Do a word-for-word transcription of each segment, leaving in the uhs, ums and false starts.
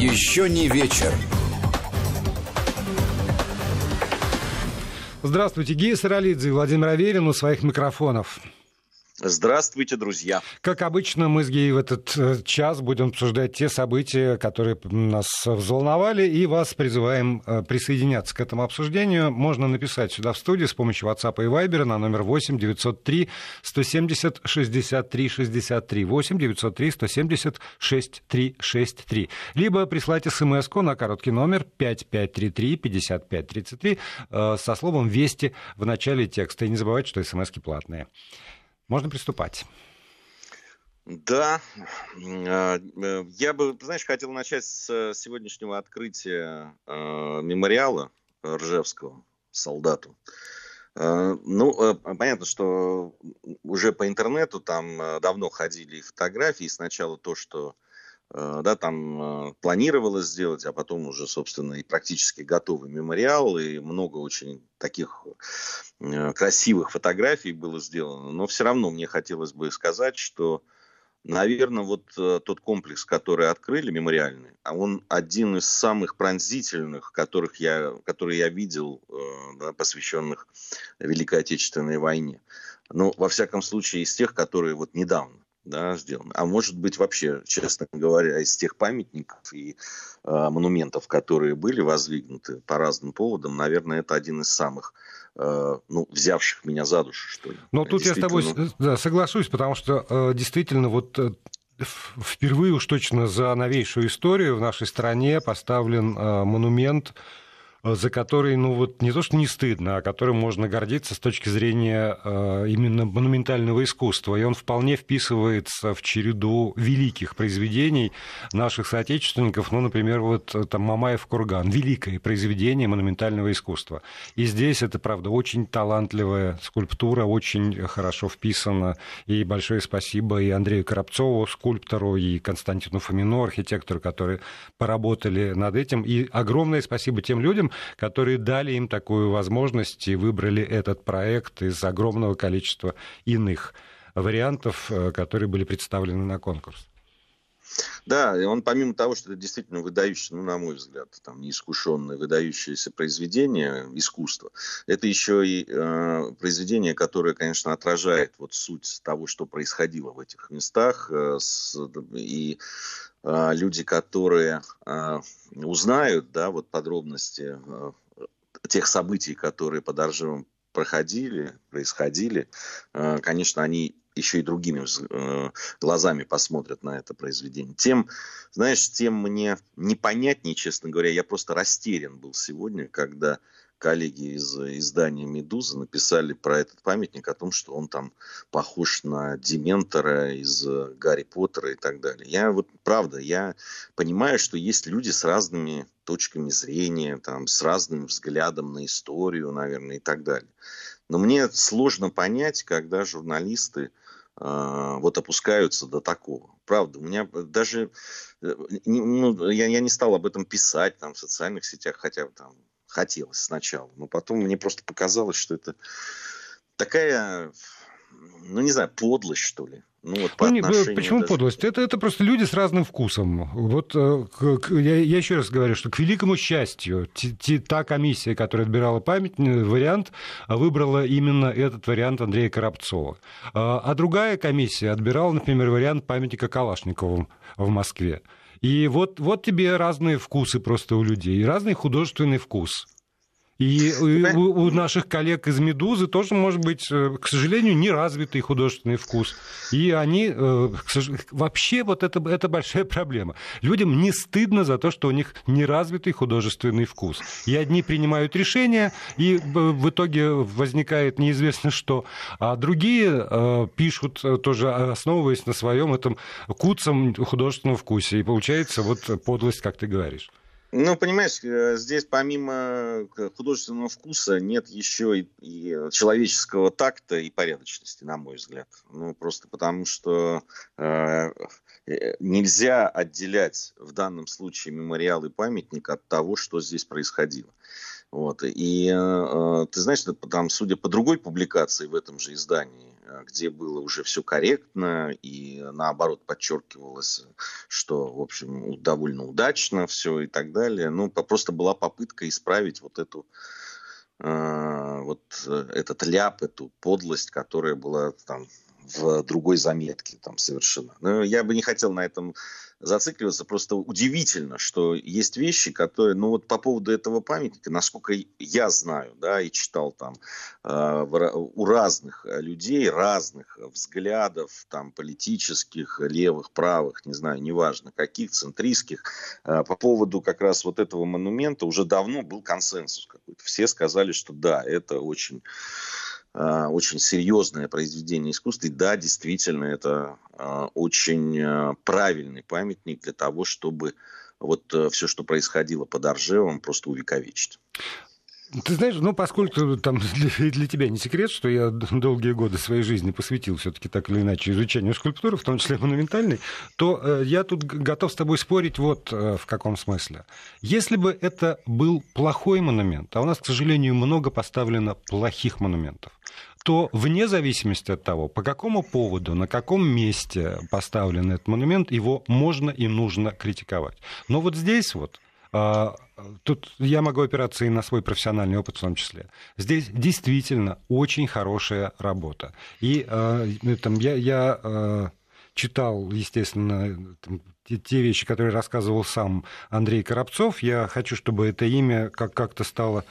Еще не вечер. Здравствуйте, Гия Саралидзе и Владимир Аверин у своих микрофонов. Здравствуйте, друзья. Как обычно, мы с Геей в этот час будем обсуждать те события, которые нас взволновали, и вас призываем присоединяться к этому обсуждению. Можно написать сюда в студию с помощью WhatsApp и Viber на номер восемь девятьсот три сто семьдесят шестьдесят три шестьдесят три, восемь девятьсот три сто семьдесят шестьдесят три шестьдесят три. Либо прислать смс-ку на короткий номер пять пять три три пятьдесят пять тридцать три со словом «Вести» в начале текста. И не забывайте, что смс-ки платные. Можно приступать. Да, я бы, знаешь, хотел начать с сегодняшнего открытия мемориала Ржевского солдату. Ну, понятно, что уже по интернету там давно ходили фотографии. Сначала то, что да, там планировалось сделать, а потом уже, собственно, и практически готовый мемориал, и много очень таких красивых фотографий было сделано. Но все равно мне хотелось бы сказать, что, наверное, вот тот комплекс, который открыли, мемориальный, он один из самых пронзительных, которых я, которые я видел, да, посвященных Великой Отечественной войне. Ну, во всяком случае, из тех, которые вот недавно, да, сделаны. А может быть, вообще, честно говоря, из тех памятников и э, монументов, которые были воздвигнуты по разным поводам, наверное, это один из самых, э, ну, взявших меня за душу, что ли. Но тут я с тобой да, соглашусь, потому что э, действительно вот э, впервые уж точно за новейшую историю в нашей стране поставлен э, монумент, за который, ну вот, не то что не стыдно, а которым можно гордиться с точки зрения э, именно монументального искусства. И он вполне вписывается в череду великих произведений наших соотечественников. Ну, например, вот там «Мамаев курган». Великое произведение монументального искусства. И здесь это, правда, очень талантливая скульптура, очень хорошо вписана. И большое спасибо и Андрею Коробцову, скульптору, и Константину Фомину, архитектору, которые поработали над этим. И огромное спасибо тем людям, которые дали им такую возможность и выбрали этот проект из огромного количества иных вариантов, которые были представлены на конкурс. Да, и он помимо того, что это действительно выдающееся, ну, на мой взгляд, там, неискушенное, выдающееся произведение искусства, это еще и э, произведение, которое, конечно, отражает вот суть того, что происходило в этих местах, э, с, и э, люди, которые э, узнают, да, вот подробности э, тех событий, которые под Ржевом проходили, происходили, э, конечно, они еще и другими э, глазами посмотрят на это произведение. Тем, знаешь, тем мне непонятнее, честно говоря, я просто растерян был сегодня, когда коллеги из издания «Медуза» написали про этот памятник, о том, что он там похож на Дементора из «Гарри Поттера» и так далее. Я вот, правда, я понимаю, что есть люди с разными точками зрения, там, с разным взглядом на историю, наверное, и так далее. Но мне сложно понять, когда журналисты э, вот опускаются до такого. Правда, у меня даже... Ну, я, я не стал об этом писать там, в социальных сетях, хотя там хотелось сначала. Но потом мне просто показалось, что это такая, ну, не знаю, подлость, что ли. Ну, вот по ну, отношению почему даже... подлость? Это, это просто люди с разным вкусом. Вот к, к, я, я еще раз говорю, что к великому счастью, т, т, та комиссия, которая отбирала памятный вариант, выбрала именно этот вариант Андрея Коробцова. А, а другая комиссия отбирала, например, вариант памятника Калашникову в Москве. И вот, вот тебе разные вкусы просто у людей, разный художественный вкус. И у, у наших коллег из «Медузы» тоже может быть, к сожалению, неразвитый художественный вкус. И они, к сожалению, вообще вот это, это большая проблема. Людям не стыдно за то, что у них неразвитый художественный вкус. И одни принимают решения, и в итоге возникает неизвестно что. А другие пишут, тоже основываясь на своем этом куцом художественном вкусе. И получается вот подлость, как ты говоришь. Ну, понимаешь, здесь помимо художественного вкуса нет еще и, и человеческого такта и порядочности, на мой взгляд. Ну, просто потому что э, нельзя отделять в данном случае мемориал и памятник от того, что здесь происходило. Вот. И э, ты знаешь, там, судя по другой публикации в этом же издании, где было уже все корректно и наоборот подчеркивалось, что, в общем, довольно удачно все и так далее. Ну, просто была попытка исправить вот эту э, вот этот ляп, эту подлость, которая была там в другой заметке там совершена. Но я бы не хотел на этом зацикливаться. Просто удивительно, что есть вещи, которые, ну вот по поводу этого памятника, насколько я знаю, да, и читал там э, у разных людей, разных взглядов, там политических, левых, правых, не знаю, неважно каких, центристских, э, по поводу как раз вот этого монумента уже давно был консенсус какой-то. Все сказали, что да, это очень... очень серьезное произведение искусства. И да, действительно, это очень правильный памятник для того, чтобы вот все, что происходило под Ржевом, просто увековечить. Ты знаешь, ну, поскольку там для, для тебя не секрет, что я долгие годы своей жизни посвятил все-таки так или иначе изучению скульптуры, в том числе монументальной, то э, я тут готов с тобой спорить вот э, в каком смысле. Если бы это был плохой монумент, а у нас, к сожалению, много поставлено плохих монументов, то вне зависимости от того, по какому поводу, на каком месте поставлен этот монумент, его можно и нужно критиковать. Но вот здесь вот, тут я могу опираться и на свой профессиональный опыт в том числе. Здесь действительно очень хорошая работа. И там, я, я читал, естественно, там, те, те вещи, которые рассказывал сам Андрей Коробцов. Я хочу, чтобы это имя как- как-то стало...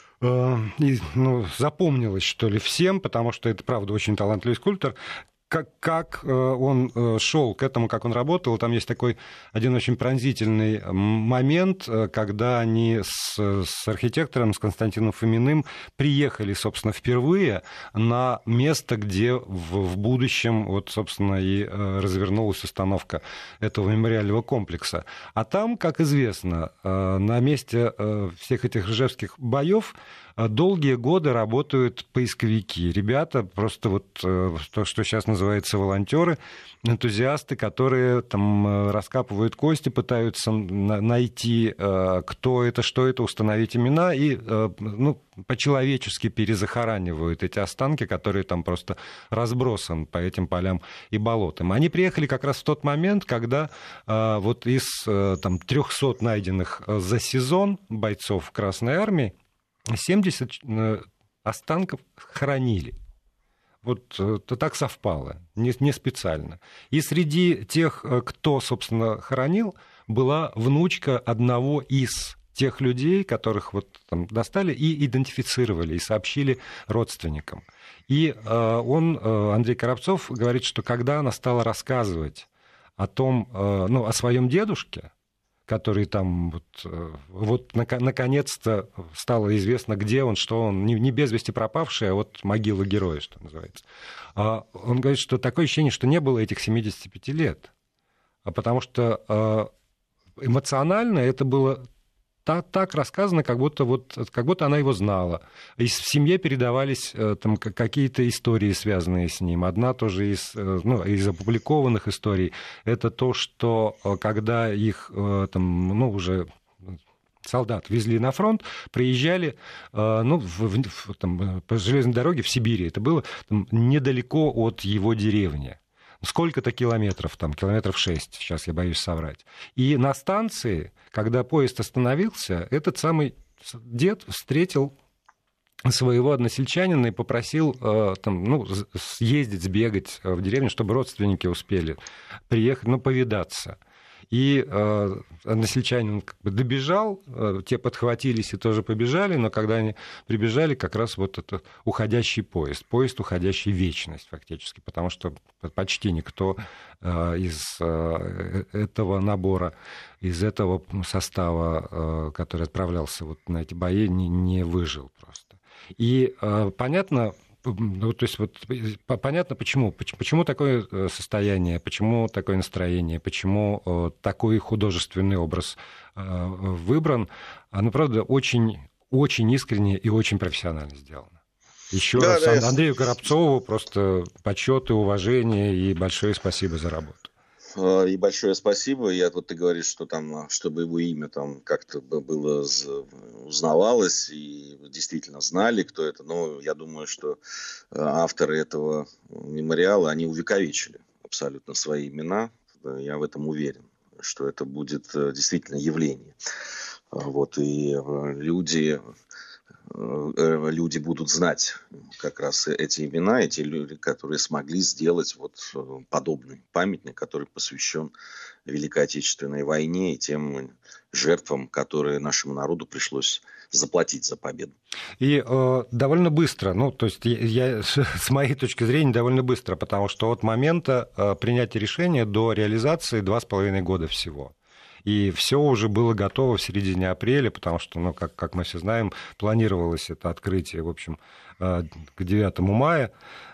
ну, запомнилось, что ли, всем, потому что это, правда, очень талантливый скульптор. Как, как он шел к этому, как он работал, там есть такой один очень пронзительный момент, когда они с, с архитектором, с Константином Фоминым приехали, собственно, впервые на место, где в, в будущем, вот, собственно, и развернулась установка этого мемориального комплекса. А там, как известно, на месте всех этих ржевских боев долгие годы работают поисковики. Ребята, просто вот то, что сейчас называется волонтеры, энтузиасты, которые там раскапывают кости, пытаются найти, кто это, что это, установить имена и, ну, по-человечески перезахоранивают эти останки, которые там просто разбросаны по этим полям и болотам. Они приехали как раз в тот момент, когда вот из там трехсот найденных за сезон бойцов Красной Армии семьдесят останков хоронили. Вот это так совпало, не, не специально. И среди тех, кто, собственно, хоронил, была внучка одного из тех людей, которых вот там достали и идентифицировали, и сообщили родственникам. И э, он, э, Андрей Коробцов, говорит, что когда она стала рассказывать о том, э, ну, о своем дедушке, который там вот, вот наконец-то стало известно, где он, что он, не без вести пропавший, а вот могила героя, что называется. Он говорит, что такое ощущение, что не было этих семидесяти пяти лет, потому что эмоционально это было так, так рассказано, как будто, вот, как будто она его знала. И в семье передавались там, какие-то истории, связанные с ним. Одна тоже из, ну, из опубликованных историй — это то, что когда их там, ну, уже солдат везли на фронт, приезжали, ну, в, в, там, по железной дороге в Сибири. Это было там, недалеко от его деревни. Сколько-то километров, там, километров шесть, сейчас я боюсь соврать. И на станции, когда поезд остановился, этот самый дед встретил своего односельчанина и попросил там, ну, съездить, сбегать в деревню, чтобы родственники успели приехать, ну, повидаться. И э, односельчанин как бы добежал, э, те подхватились и тоже побежали, но когда они прибежали, как раз вот это уходящий поезд, поезд, уходящий в вечность фактически, потому что почти никто э, из э, этого набора, из этого состава, э, который отправлялся вот на эти бои, не, не выжил просто. И э, понятно... Ну, то есть вот понятно, почему. Почему такое состояние, почему такое настроение, почему такой художественный образ выбран. Оно, правда, очень, очень искренне и очень профессионально сделано. Еще да, раз да, Андрею я... Коробцову просто почет и уважение, и большое спасибо за работу. И большое спасибо. Я вот ты говоришь, что там, чтобы его имя там как-то было узнавалось и действительно знали, кто это. Но я думаю, что авторы этого мемориала, они увековечили абсолютно свои имена. Я в этом уверен, что это будет действительно явление. Вот, и люди, люди будут знать как раз эти имена, эти люди, которые смогли сделать вот подобный памятник, который посвящен Великой Отечественной войне и тем жертвам, которые нашему народу пришлось заплатить за победу. И э, довольно быстро, ну, то есть я, с моей точки зрения, довольно быстро, потому что от момента э, принятия решения до реализации два с половиной года всего. И все уже было готово в середине апреля, потому что, ну, как, как мы все знаем, планировалось это открытие, в общем, к девятому мая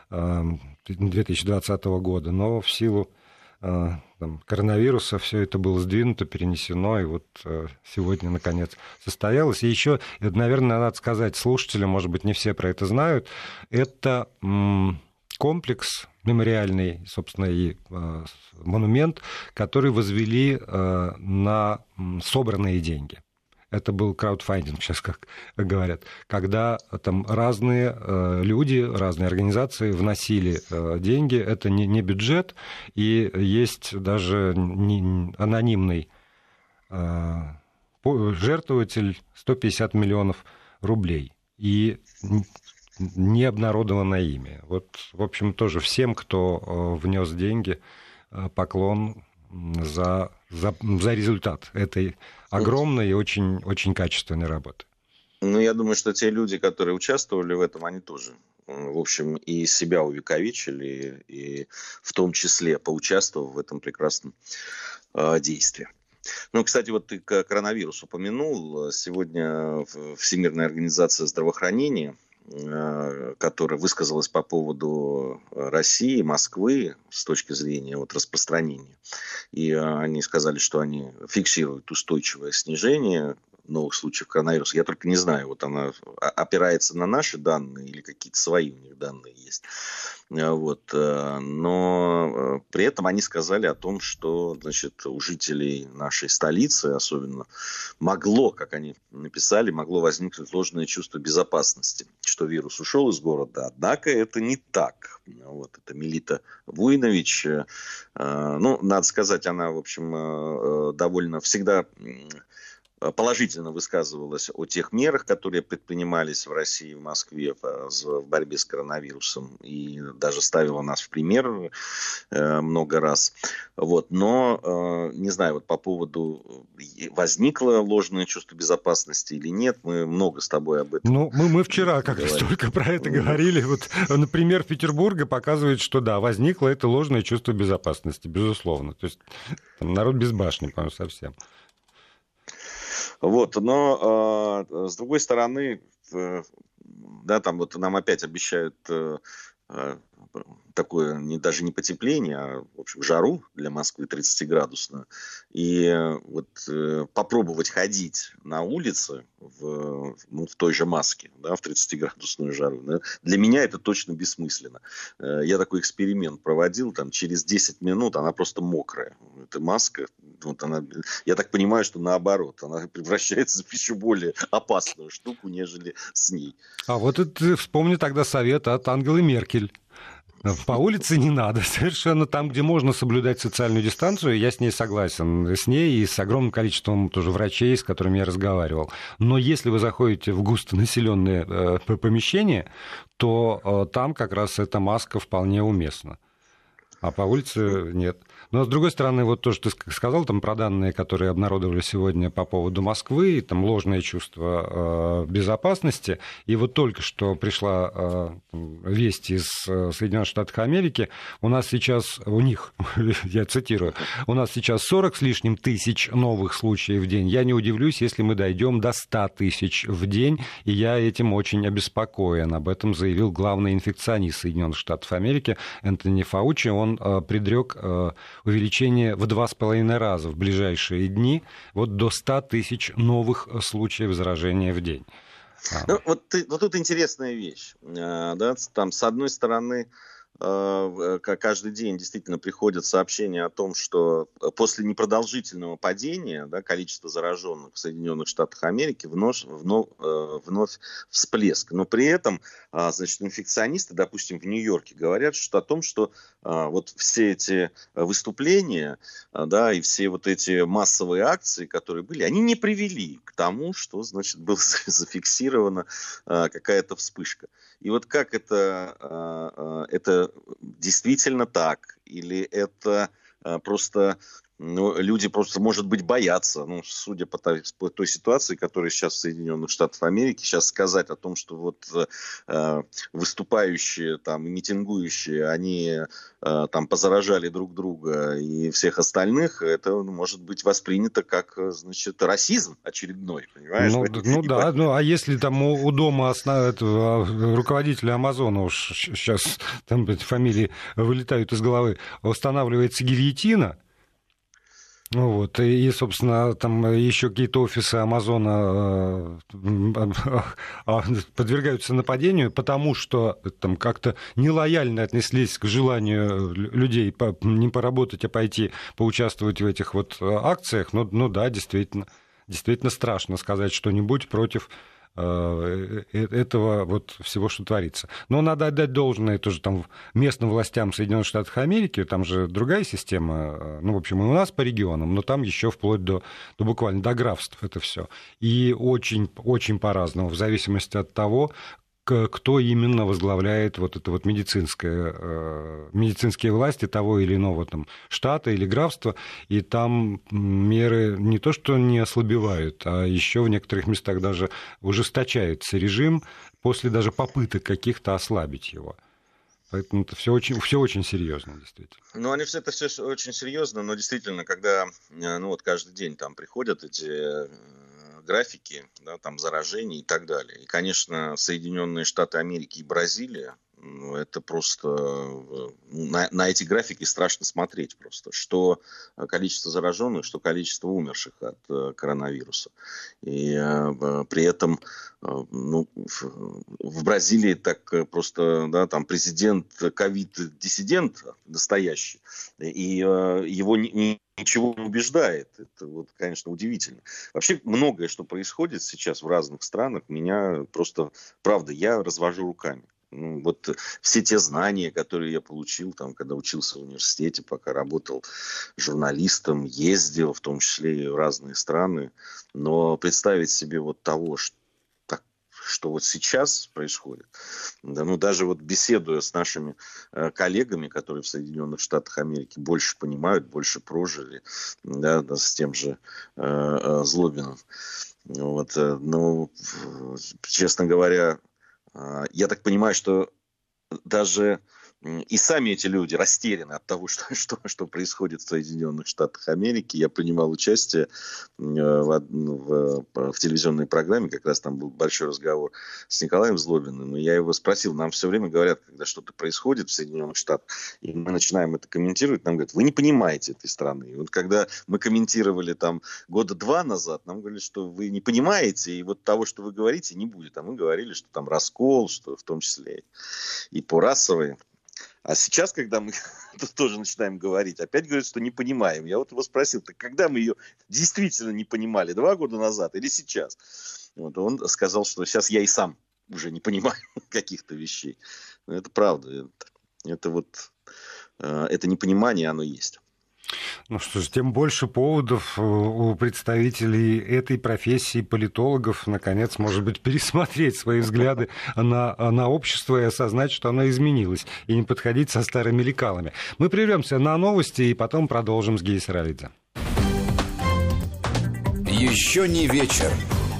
две тысячи двадцатого года, но в силу там, коронавируса все это было сдвинуто, перенесено, и вот сегодня, наконец, состоялось. И еще, наверное, надо сказать слушателям, может быть, не все про это знают, это комплекс мемориальный, собственно, и э, монумент, который возвели э, на собранные деньги. Это был краудфандинг, сейчас как говорят, когда там разные э, люди, разные организации вносили э, деньги. Это не, не бюджет, и есть даже не, анонимный э, жертвователь сто пятьдесят миллионов рублей. И необнародованное имя. Вот, в общем, тоже всем, кто внес деньги, поклон за, за, за результат этой огромной и очень, очень качественной работы. Ну, я думаю, что те люди, которые участвовали в этом, они тоже, в общем, и себя увековечили, и в том числе поучаствовав в этом прекрасном э, действии. Ну, кстати, вот ты коронавирус упомянул. Сегодня Всемирная организация здравоохранения, которая высказалась по поводу России, Москвы с точки зрения вот распространения. И они сказали, что они фиксируют устойчивое снижение новых случаев коронавируса. Я только не знаю, вот она опирается на наши данные или какие-то свои у них данные есть. Вот. Но при этом они сказали о том, что, значит, у жителей нашей столицы особенно могло, как они написали, могло возникнуть ложное чувство безопасности, что вирус ушел из города. Однако это не так. Вот. Это Мелита Вуйнович. Ну, надо сказать, она, в общем, довольно всегда положительно высказывалась о тех мерах, которые предпринимались в России, в Москве в борьбе с коронавирусом, и даже ставила нас в пример много раз. Вот. Но, не знаю, вот по поводу возникло ложное чувство безопасности или нет, мы много с тобой об этом Ну, мы, мы вчера как раз только про это говорили. Вот, например, Петербурга показывает, что да, возникло это ложное чувство безопасности, безусловно. То есть там народ без башни, по-моему, совсем. Вот, но э, с другой стороны, э, да, там вот нам опять обещают э, э, такое не, даже не потепление, а, в общем, жару для Москвы тридцатиградусную. И э, вот э, попробовать ходить на улице в, ну, в той же маске, да, в тридцатиградусную жару, да, для меня это точно бессмысленно. Э, я такой эксперимент проводил, там через десять минут она просто мокрая. Эта маска, вот она, я так понимаю, что наоборот, она превращается в еще более опасную штуку, нежели с ней. А вот это вспомни тогда совет от Ангелы Меркель. По улице не надо. Совершенно там, где можно соблюдать социальную дистанцию, я с ней согласен. С ней и с огромным количеством тоже врачей, с которыми я разговаривал. Но если вы заходите в густонаселенные э, помещения, то э, там как раз эта маска вполне уместна. А по улице нет. Но, с другой стороны, вот то, что ты сказал, там про данные, которые обнародовали сегодня по поводу Москвы, там ложное чувство э, безопасности. И вот только что пришла э, весть из Соединенных Штатов Америки. У нас сейчас, у них, я цитирую, у нас сейчас сорок с лишним тысяч новых случаев в день. Я не удивлюсь, если мы дойдем до ста тысяч в день. И я этим очень обеспокоен. Об этом заявил главный инфекционист Соединенных Штатов Америки Энтони Фаучи. Он э, предрек э, увеличение в два с половиной раза в ближайшие дни, вот до ста тысяч новых случаев заражения в день. Ну, вот, вот тут интересная вещь. Да? Там, с одной стороны, каждый день действительно приходят сообщения о том, что после непродолжительного падения, да, количество зараженных в Соединенных Штатах Америки вновь, вновь, вновь всплеск. Но при этом, значит, инфекционисты, допустим, в Нью-Йорке говорят что, о том, что вот все эти выступления, да, и все вот эти массовые акции, которые были, они не привели к тому, что, значит, была зафиксирована какая-то вспышка. И вот как это, это действительно так? Или это просто, ну, люди просто, может быть, боятся, ну, судя по той, по той ситуации, которая сейчас в Соединенных Штатах Америки, сейчас сказать о том, что вот э, выступающие там, митингующие, они э, там позаражали друг друга и всех остальных, это, ну, может быть воспринято как, значит, расизм очередной, понимаешь? Ну, ну да, по... ну а если там у, у дома основ... этого, руководителя Амазона, уж сейчас там эти фамилии вылетают из головы, устанавливается гильотина, ну вот, и, собственно, там еще какие-то офисы Амазона подвергаются нападению, потому что там как-то нелояльно отнеслись к желанию людей не поработать, а пойти поучаствовать в этих вот акциях. Ну, ну да, действительно, действительно страшно сказать что-нибудь против этого вот всего, что творится. Но надо отдать должное тоже там местным властям Соединенных Штатов Америки, там же другая система, ну, в общем, и у нас по регионам, но там еще вплоть до, до буквально до графств это все. И очень, очень по-разному, в зависимости от того, кто именно возглавляет вот это вот медицинское, медицинские власти того или иного там штата или графства, и там меры не то что не ослабевают, а еще в некоторых местах даже ужесточается режим после даже попыток каких-то ослабить его. Поэтому это все очень, все очень серьезно, действительно. Ну, они все это все очень серьезно, но действительно, когда, ну, вот каждый день там приходят эти графики, да, там заражений и так далее. И, конечно, Соединенные Штаты Америки и Бразилия, ну, это просто на, на эти графики страшно смотреть просто, что количество зараженных, что количество умерших от э, коронавируса. И э, при этом э, ну, в, в Бразилии так просто, да, там президент ковид-диссидент настоящий, и э, его не ничего не убеждает. Это, вот, конечно, удивительно. Вообще, многое, что происходит сейчас в разных странах, меня просто, правда, я развожу руками. Ну, вот все те знания, которые я получил, там, когда учился в университете, пока работал журналистом, ездил, в том числе и в разные страны, но представить себе вот того, что что вот сейчас происходит, да, ну даже вот беседуя с нашими э, коллегами, которые в Соединенных Штатах Америки больше понимают, больше прожили, да, да, с тем же э, э, Злобиным, вот, э, ну, честно говоря, э, я так понимаю, что даже и сами эти люди растеряны от того, что, что, что происходит в Соединенных Штатах Америки. Я принимал участие в, в, в телевизионной программе, как раз там был большой разговор с Николаем Злобиным, и я его спросил, нам все время говорят, когда что-то происходит в Соединенных Штатах, и мы начинаем это комментировать, нам говорят, вы не понимаете этой страны. И вот когда мы комментировали там года два назад, нам говорили, что вы не понимаете, и вот того, что вы говорите, не будет. А мы говорили, что там раскол, что в том числе и по расовой. А сейчас, когда мы тоже начинаем говорить, опять говорят, что не понимаем. Я вот его спросил, так когда мы ее действительно не понимали, два года назад или сейчас? Вот, он сказал, что сейчас я и сам уже не понимаю каких-то вещей. Но это правда. Это, это вот, это непонимание, оно есть. Ну что ж, тем больше поводов у представителей этой профессии, политологов, наконец, может быть, пересмотреть свои взгляды на, на общество и осознать, что оно изменилось, и не подходить со старыми лекалами. Мы прервемся на новости и потом продолжим с Геей Саралидзе. Еще не вечер.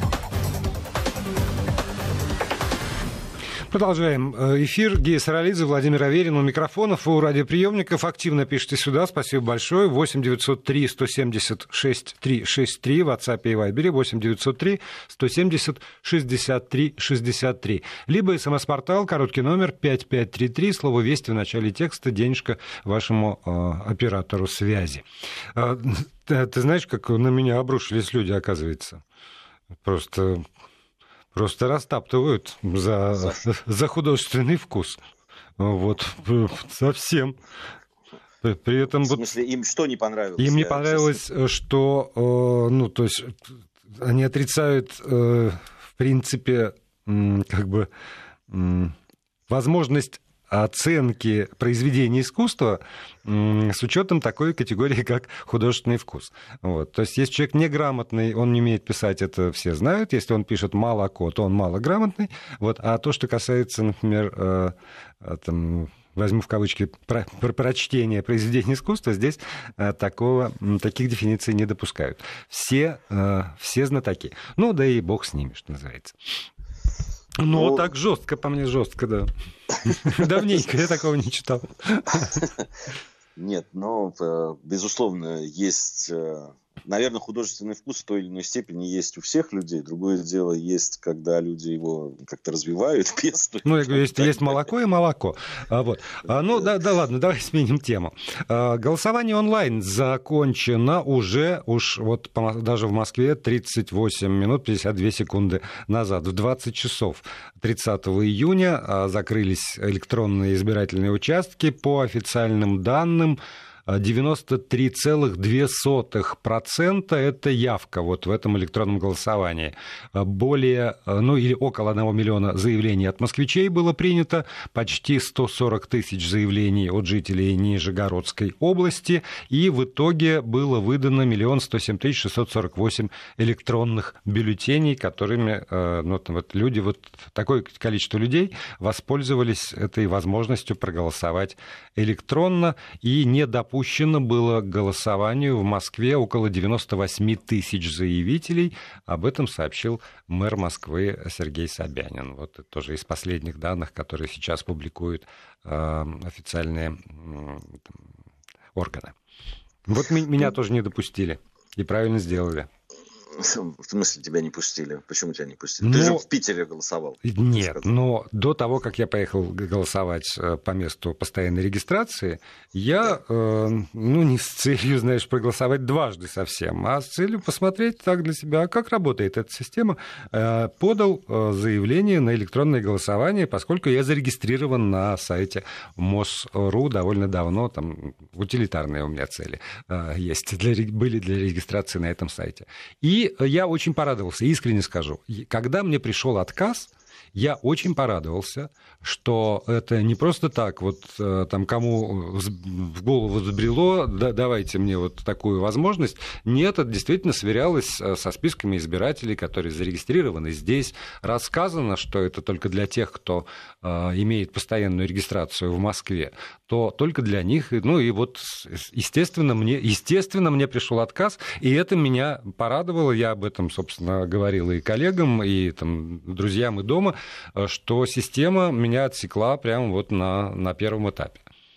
Продолжаем эфир. Гея Саралидзе, Владимир Аверин у микрофонов, у радиоприемников. Активно пишите сюда. Спасибо большое. восемь девятьсот три сто семьдесят шесть триста шестьдесят три в WhatsApp и Viber. восемь девятьсот три сто семьдесят шестьдесят три шестьдесят три. Либо смс-портал, короткий номер пять пять три три, слово «Вести» в начале текста, денежка вашему э, оператору связи. Э, ты, ты знаешь, как на меня обрушились люди, оказывается? Просто... Просто растаптывают за, за художественный вкус. Вот, совсем. При этом... В смысле, им что не понравилось? Им не понравилось, честно... что, ну, то есть, они отрицают, в принципе, как бы, возможность оценки произведения искусства с учетом такой категории, как художественный вкус. Вот. То есть, если человек неграмотный, он не умеет писать, это все знают. Если он пишет молоко, то он малограмотный. Вот. А то, что касается, например, э, там, возьму в кавычки, про, про прочтение произведения искусства, здесь э, такого, таких дефиниций не допускают. Все, э, все знатоки. Ну, да и бог с ними, что называется. Ну, ну, так жестко, по мне, жестко, да. Давненько я такого не читал. Нет, но, безусловно, есть... Наверное, художественный вкус в той или иной степени есть у всех людей. Другое дело есть, когда люди его как-то развивают, пестуют. Ну, я говорю, есть, есть молоко и молоко. А, вот. а, ну, да, да ладно, давай сменим тему. А, голосование онлайн закончено уже, уж вот даже в Москве, тридцать восемь минут пятьдесят две секунды назад. В двадцать часов тридцатого июня закрылись электронные избирательные участки. По официальным данным, девяносто три целых две сотых процента это явка вот в этом электронном голосовании. Более, ну или около одного миллиона заявлений от москвичей было принято, почти сто сорок тысяч заявлений от жителей Нижегородской области, и в итоге было выдано миллион сто семь тысяч шестьсот сорок восемь электронных бюллетеней, которыми ну, вот люди, вот такое количество людей воспользовались этой возможностью проголосовать электронно, и не допустили Допущено было к голосованию в Москве около девяносто восемь тысяч заявителей. Об этом сообщил мэр Москвы Сергей Собянин. Вот это тоже из последних данных, которые сейчас публикуют э, официальные э, органы. Вот ми- меня тоже не допустили. И правильно сделали. В смысле тебя не пустили? Почему тебя не пустили? Но... Ты же в Питере голосовал. Нет, но до того, как я поехал голосовать по месту постоянной регистрации, я, э, ну, не с целью, знаешь, проголосовать дважды совсем, а с целью посмотреть так для себя, как работает эта система, э, подал заявление на электронное голосование, поскольку я зарегистрирован на сайте МОС.ру довольно давно, там утилитарные у меня цели э, есть, для, были для регистрации на этом сайте. И И я очень порадовался, искренне скажу. Когда мне пришел отказ, я очень порадовался, что это не просто так, вот там кому в голову забрело, да, давайте мне вот такую возможность. Нет, это действительно сверялось со списками избирателей, которые зарегистрированы здесь. Рассказано, что это только для тех, кто э, имеет постоянную регистрацию в Москве, то только для них. Ну и вот, естественно, мне, естественно, мне пришел отказ, и это меня порадовало. Я об этом, собственно, говорил и коллегам, и там, друзьям и дома, что система меня отсекла прямо вот на, на первом этапе.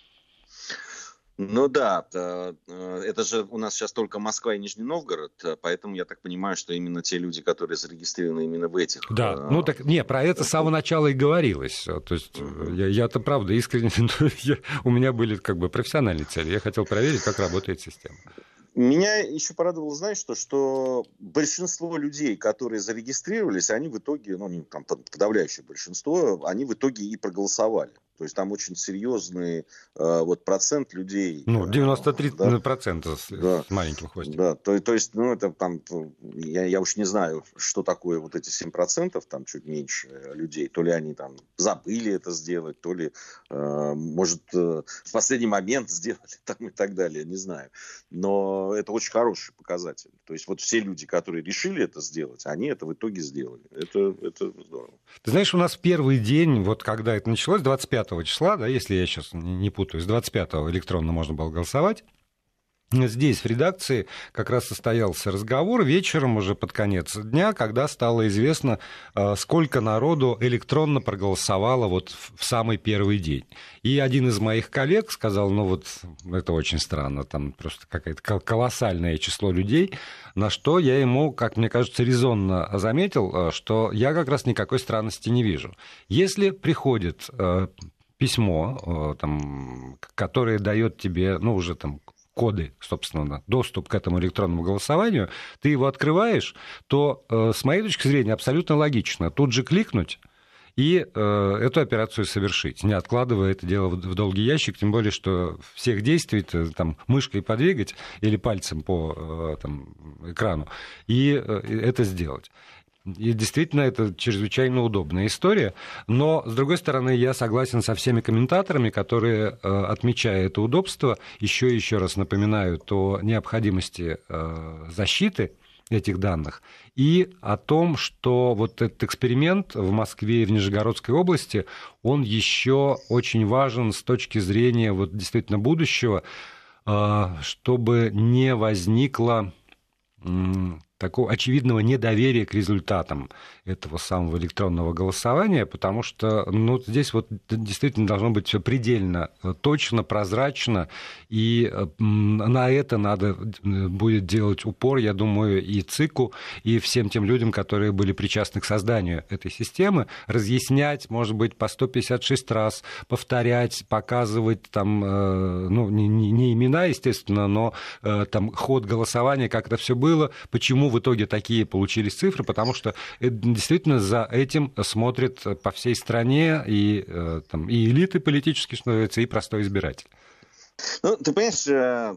Ну да, это же у нас сейчас только Москва и Нижний Новгород, поэтому я так понимаю, что именно те люди, которые зарегистрированы именно в этих... Да, ну так, не, про это с самого начала и говорилось. То есть mm-hmm. я, я-то правда искренне, я, у меня были как бы профессиональные цели, я хотел проверить, как работает система. Меня еще порадовало, знаешь, что, что большинство людей, которые зарегистрировались, они в итоге, ну, там, подавляющее большинство, они в итоге и проголосовали. То есть там очень серьезный э, вот, процент людей. Ну, девяносто три процента да, с, да, с маленьким хвостиком. Да, то, то есть, ну, это там, я, я уж не знаю, что такое вот эти семь процентов, там чуть меньше людей. То ли они там забыли это сделать, то ли, э, может, э, в последний момент сделали там и так далее, не знаю. Но это очень хороший показатель. То есть вот все люди, которые решили это сделать, они это в итоге сделали. Это, это здорово. Ты знаешь, у нас в первый день, вот когда это началось, двадцать пятого числа, да, если я сейчас не путаюсь, двадцать пятого электронно можно было голосовать. Здесь, в редакции, как раз состоялся разговор вечером, уже под конец дня, когда стало известно, сколько народу электронно проголосовало вот в самый первый день. И один из моих коллег сказал, ну вот это очень странно, там просто какое-то колоссальное число людей, на что я ему, как мне кажется, резонно заметил, что я как раз никакой странности не вижу. Если приходит письмо, там, которое дает тебе, ну уже там, коды, собственно, доступ к этому электронному голосованию, ты его открываешь, то, с моей точки зрения, абсолютно логично тут же кликнуть и э, эту операцию совершить, не откладывая это дело в, в долгий ящик, тем более, что всех действий там, мышкой подвигать или пальцем по э, там, экрану, и э, это сделать. И действительно, это чрезвычайно удобная история. Но, с другой стороны, я согласен со всеми комментаторами, которые, отмечая это удобство, еще и еще раз напоминают о необходимости защиты этих данных и о том, что вот этот эксперимент в Москве и в Нижегородской области, он еще очень важен с точки зрения вот, действительно будущего, чтобы не возникло такого очевидного недоверия к результатам этого самого электронного голосования, потому что ну, здесь вот действительно должно быть все предельно точно, прозрачно, и на это надо будет делать упор, я думаю, и ЦИКу, и всем тем людям, которые были причастны к созданию этой системы, разъяснять, может быть, по сто пятьдесят шесть раз, повторять, показывать там, ну, не, не имена, естественно, но там ход голосования, как это все было, почему в итоге такие получились цифры, потому что действительно за этим смотрят по всей стране и, там, и элиты политические, что называется, и простой избиратель. Ну, ты понимаешь,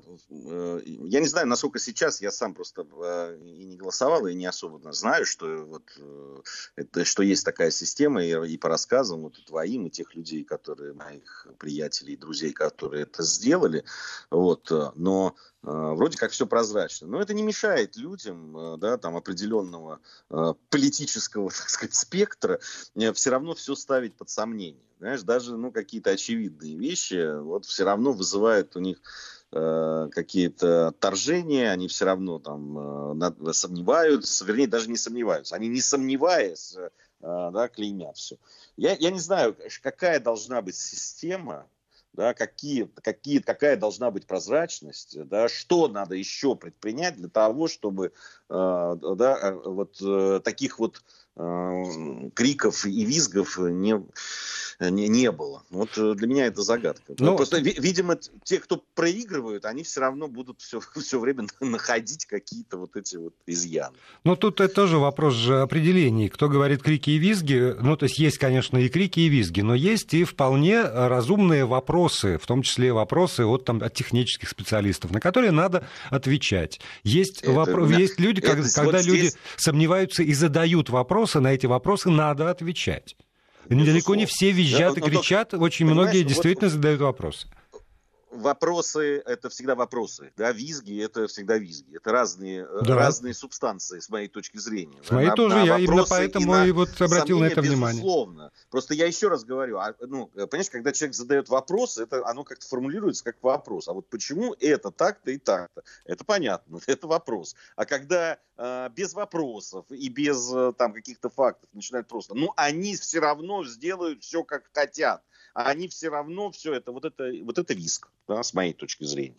я не знаю, насколько сейчас, я сам просто и не голосовал, и не особо знаю, что, вот, это, что есть такая система, и, и по рассказам вот, твоим, и тех людей, которые, моих приятелей и друзей, которые это сделали, вот, но вроде как все прозрачно. Но это не мешает людям, да, там, определенного политического, так сказать, спектра все равно все ставить под сомнение. Знаешь, даже ну, какие-то очевидные вещи вот, все равно вызывают у них э, какие-то отторжения, они все равно там э, сомневаются, вернее, даже не сомневаются. Они, не сомневаясь, э, да, клеймят все. Я, я не знаю, какая должна быть система, да, какие, какие, какая должна быть прозрачность, да, что надо еще предпринять для того, чтобы э, да, вот, э, таких вот э, криков и визгов не, не, не было. Вот для меня это загадка. Но... Просто, видимо, те, кто проигрывают, они все равно будут все, все время находить какие-то вот эти вот изъяны. Ну, тут это тоже вопрос же определений. Кто говорит крики и визги, ну, то есть есть, конечно, и крики, и визги, но есть и вполне разумные вопросы, в том числе вопросы от, там, от технических специалистов, на которые надо отвечать. Есть, это, вопро... да, есть люди, это, когда вот люди здесь... сомневаются и задают вопросы, на эти вопросы надо отвечать. Безусловно. Далеко не все визжат да, и кричат, только, очень многие действительно вот... задают вопросы. Вопросы – это всегда вопросы, да, визги – это всегда визги. Это разные, да. разные субстанции, с моей точки зрения. С моей на, тоже, на я именно поэтому и, и вот обратил на это внимание. Безусловно. Просто я еще раз говорю, а, ну, понимаешь, когда человек задает вопрос, это, оно как-то формулируется как вопрос. А вот почему это так-то и так-то? Это понятно, это вопрос. А когда э, без вопросов и без э, там, каких-то фактов начинают просто, ну, они все равно сделают все, как хотят. А они все равно все это, вот это, вот это виск, да, с моей точки зрения.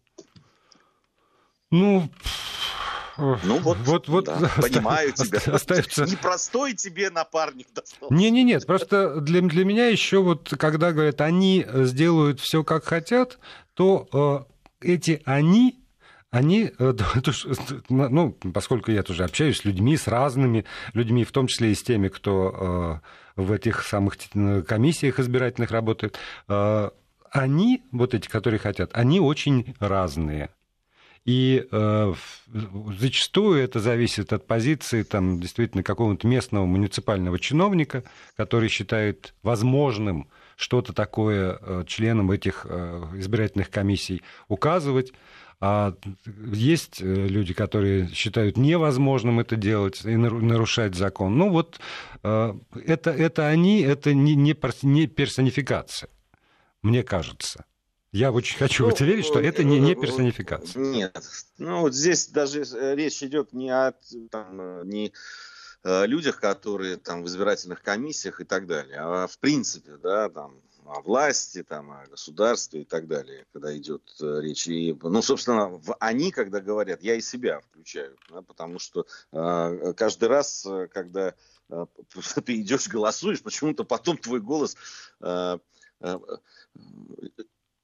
Ну, ну вот, вот, вот да, понимаю тебя. Остается... Непростой тебе напарник достался. Не-не-нет, просто для, для меня еще вот, когда говорят, они сделают все, как хотят, то э, эти они... Они, ну, поскольку я тоже общаюсь с людьми, с разными людьми, в том числе и с теми, кто в этих самых комиссиях избирательных работает, они, вот эти, которые хотят, они очень разные. И э, зачастую это зависит от позиции там, действительно какого-то местного муниципального чиновника, который считает возможным что-то такое э, членам этих э, избирательных комиссий указывать. А есть люди, которые считают невозможным это делать и нарушать закон. Ну вот это, это они, это не, не персонификация, мне кажется. Я очень хочу ну, в это верить, что это не, не персонификация. Нет, ну вот здесь даже речь идет не о там, не людях, которые там в избирательных комиссиях и так далее, а в принципе, да, там, о власти, там, о государстве и так далее, когда идет речь. И, ну, собственно, в они, когда говорят, я и себя включаю, да, потому что э, каждый раз, когда э, ты идешь голосуешь, почему-то потом твой голос э, э,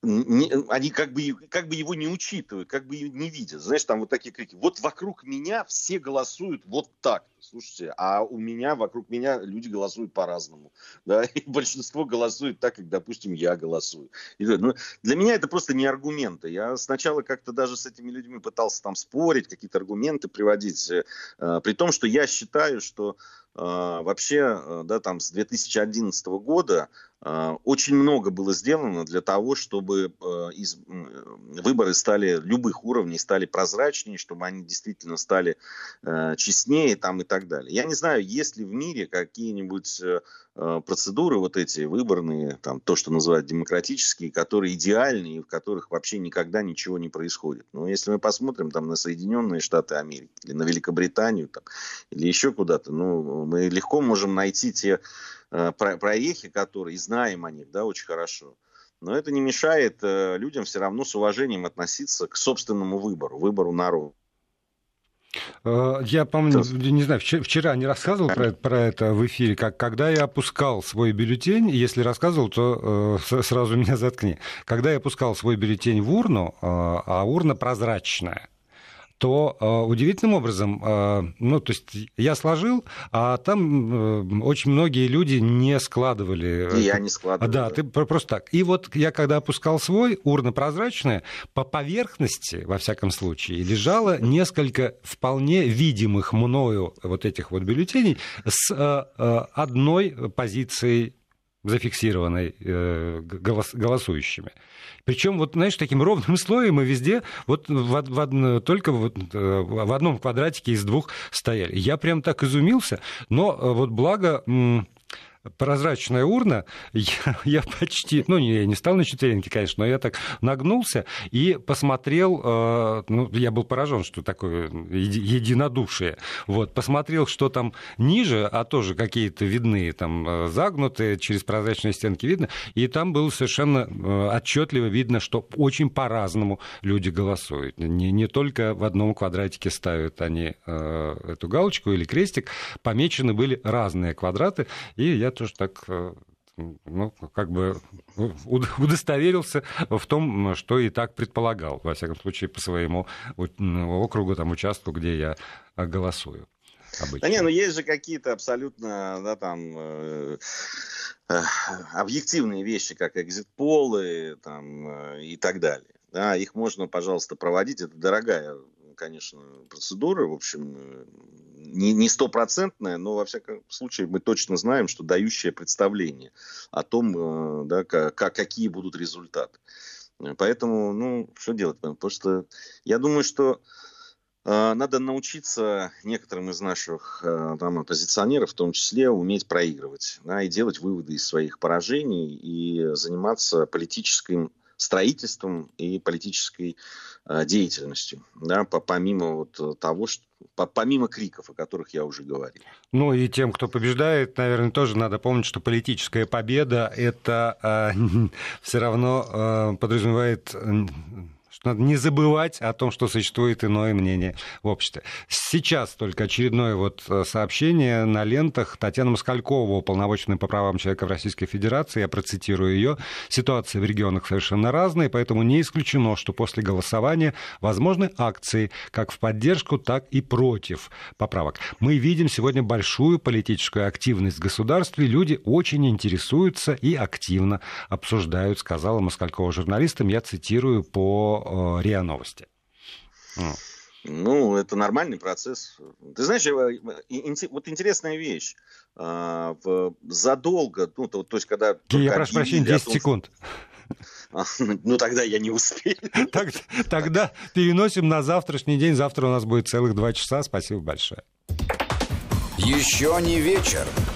не, они как бы, как бы его не учитывают, как бы не видят. Знаешь, там вот такие крики. Вот вокруг меня все голосуют вот так. Слушайте, а у меня, вокруг меня люди голосуют по-разному. Да? И большинство голосует так, как, допустим, я голосую. И, ну, для меня это просто не аргументы. Я сначала как-то даже с этими людьми пытался там спорить, какие-то аргументы приводить. Э, при том, что я считаю, что э, вообще э, да, там, с две тысячи одиннадцатого года очень много было сделано для того, чтобы из... выборы стали любых уровней, стали прозрачнее, чтобы они действительно стали честнее там, и так далее. Я не знаю, есть ли в мире какие-нибудь процедуры вот эти выборные, там, то, что называют демократические, которые идеальные, в которых вообще никогда ничего не происходит. Но если мы посмотрим там, на Соединенные Штаты Америки или на Великобританию там, или еще куда-то, ну, мы легко можем найти те прорехи, которые, и знаем о них, да, очень хорошо. Но это не мешает э, людям все равно с уважением относиться к собственному выбору, выбору народа. Я помню, не знаю, вчера не рассказывал про это, про это в эфире, как когда я опускал свой бюллетень, если рассказывал, то э, сразу меня заткни. Когда я опускал свой бюллетень в урну, э, а урна прозрачная, то э, удивительным образом, э, ну, то есть я сложил, а там э, очень многие люди не складывали. И я не складывал. Да, да, ты просто так. И вот я когда опускал свой, урна прозрачная, по поверхности, во всяком случае, лежало несколько вполне видимых мною вот этих вот бюллетеней с э, одной позицией, зафиксированной э, голос, голосующими. Причем, вот, знаешь, таким ровным слоем и везде, вот в, в, только вот, в одном квадратике из двух стояли. Я прям так изумился, но вот благо... прозрачная урна, я, я почти, ну, не, я не стал на четвереньки, конечно, но я так нагнулся и посмотрел, э, ну, я был поражен, что такое единодушие, вот, посмотрел, что там ниже, а тоже какие-то видны, там, загнутые, через прозрачные стенки видно, и там было совершенно отчетливо видно, что очень по-разному люди голосуют. Не, не только в одном квадратике ставят они э, эту галочку или крестик, помечены были разные квадраты, и я тоже так, ну, как бы удостоверился в том, что и так предполагал, во всяком случае, по своему округу, там, участку, где я голосую. Обычно. Да не, ну есть же какие-то абсолютно, да, там, э, э, объективные вещи, как экзит-полы, там, э, и так далее. Да, их можно, пожалуйста, проводить, это дорогая, конечно, процедура, в общем, не стопроцентная, но, во всяком случае, мы точно знаем, что дающее представление о том, да, как, какие будут результаты. Поэтому, ну, что делать? Потому что я думаю, что э, надо научиться некоторым из наших э, там, оппозиционеров, в том числе, уметь проигрывать, да, и делать выводы из своих поражений и заниматься политическим строительством и политической э, деятельностью, да, по, помимо вот того, что, по, помимо криков, о которых я уже говорил. Ну и тем, кто побеждает, наверное, тоже надо помнить, что политическая победа это э, все равно э, подразумевает... Э, Надо не забывать о том, что существует иное мнение в обществе. Сейчас только очередное вот сообщение на лентах. Татьяна Москалькова, уполномоченная по правам человека в Российской Федерации, я процитирую ее. Ситуация в регионах совершенно разная, поэтому не исключено, что после голосования возможны акции как в поддержку, так и против поправок. Мы видим сегодня большую политическую активность в государстве. Люди очень интересуются и активно обсуждают, сказала Москалькова журналистам. Я цитирую по РИА Новости. Ну, это нормальный процесс. Ты знаешь, вот интересная вещь. Задолго, ну, то, то есть, когда... Я прошу прощения, десять секунд. Ну, тогда я не успею. Тогда, тогда переносим на завтрашний день. Завтра у нас будет целых два часа. Спасибо большое. Еще не вечер.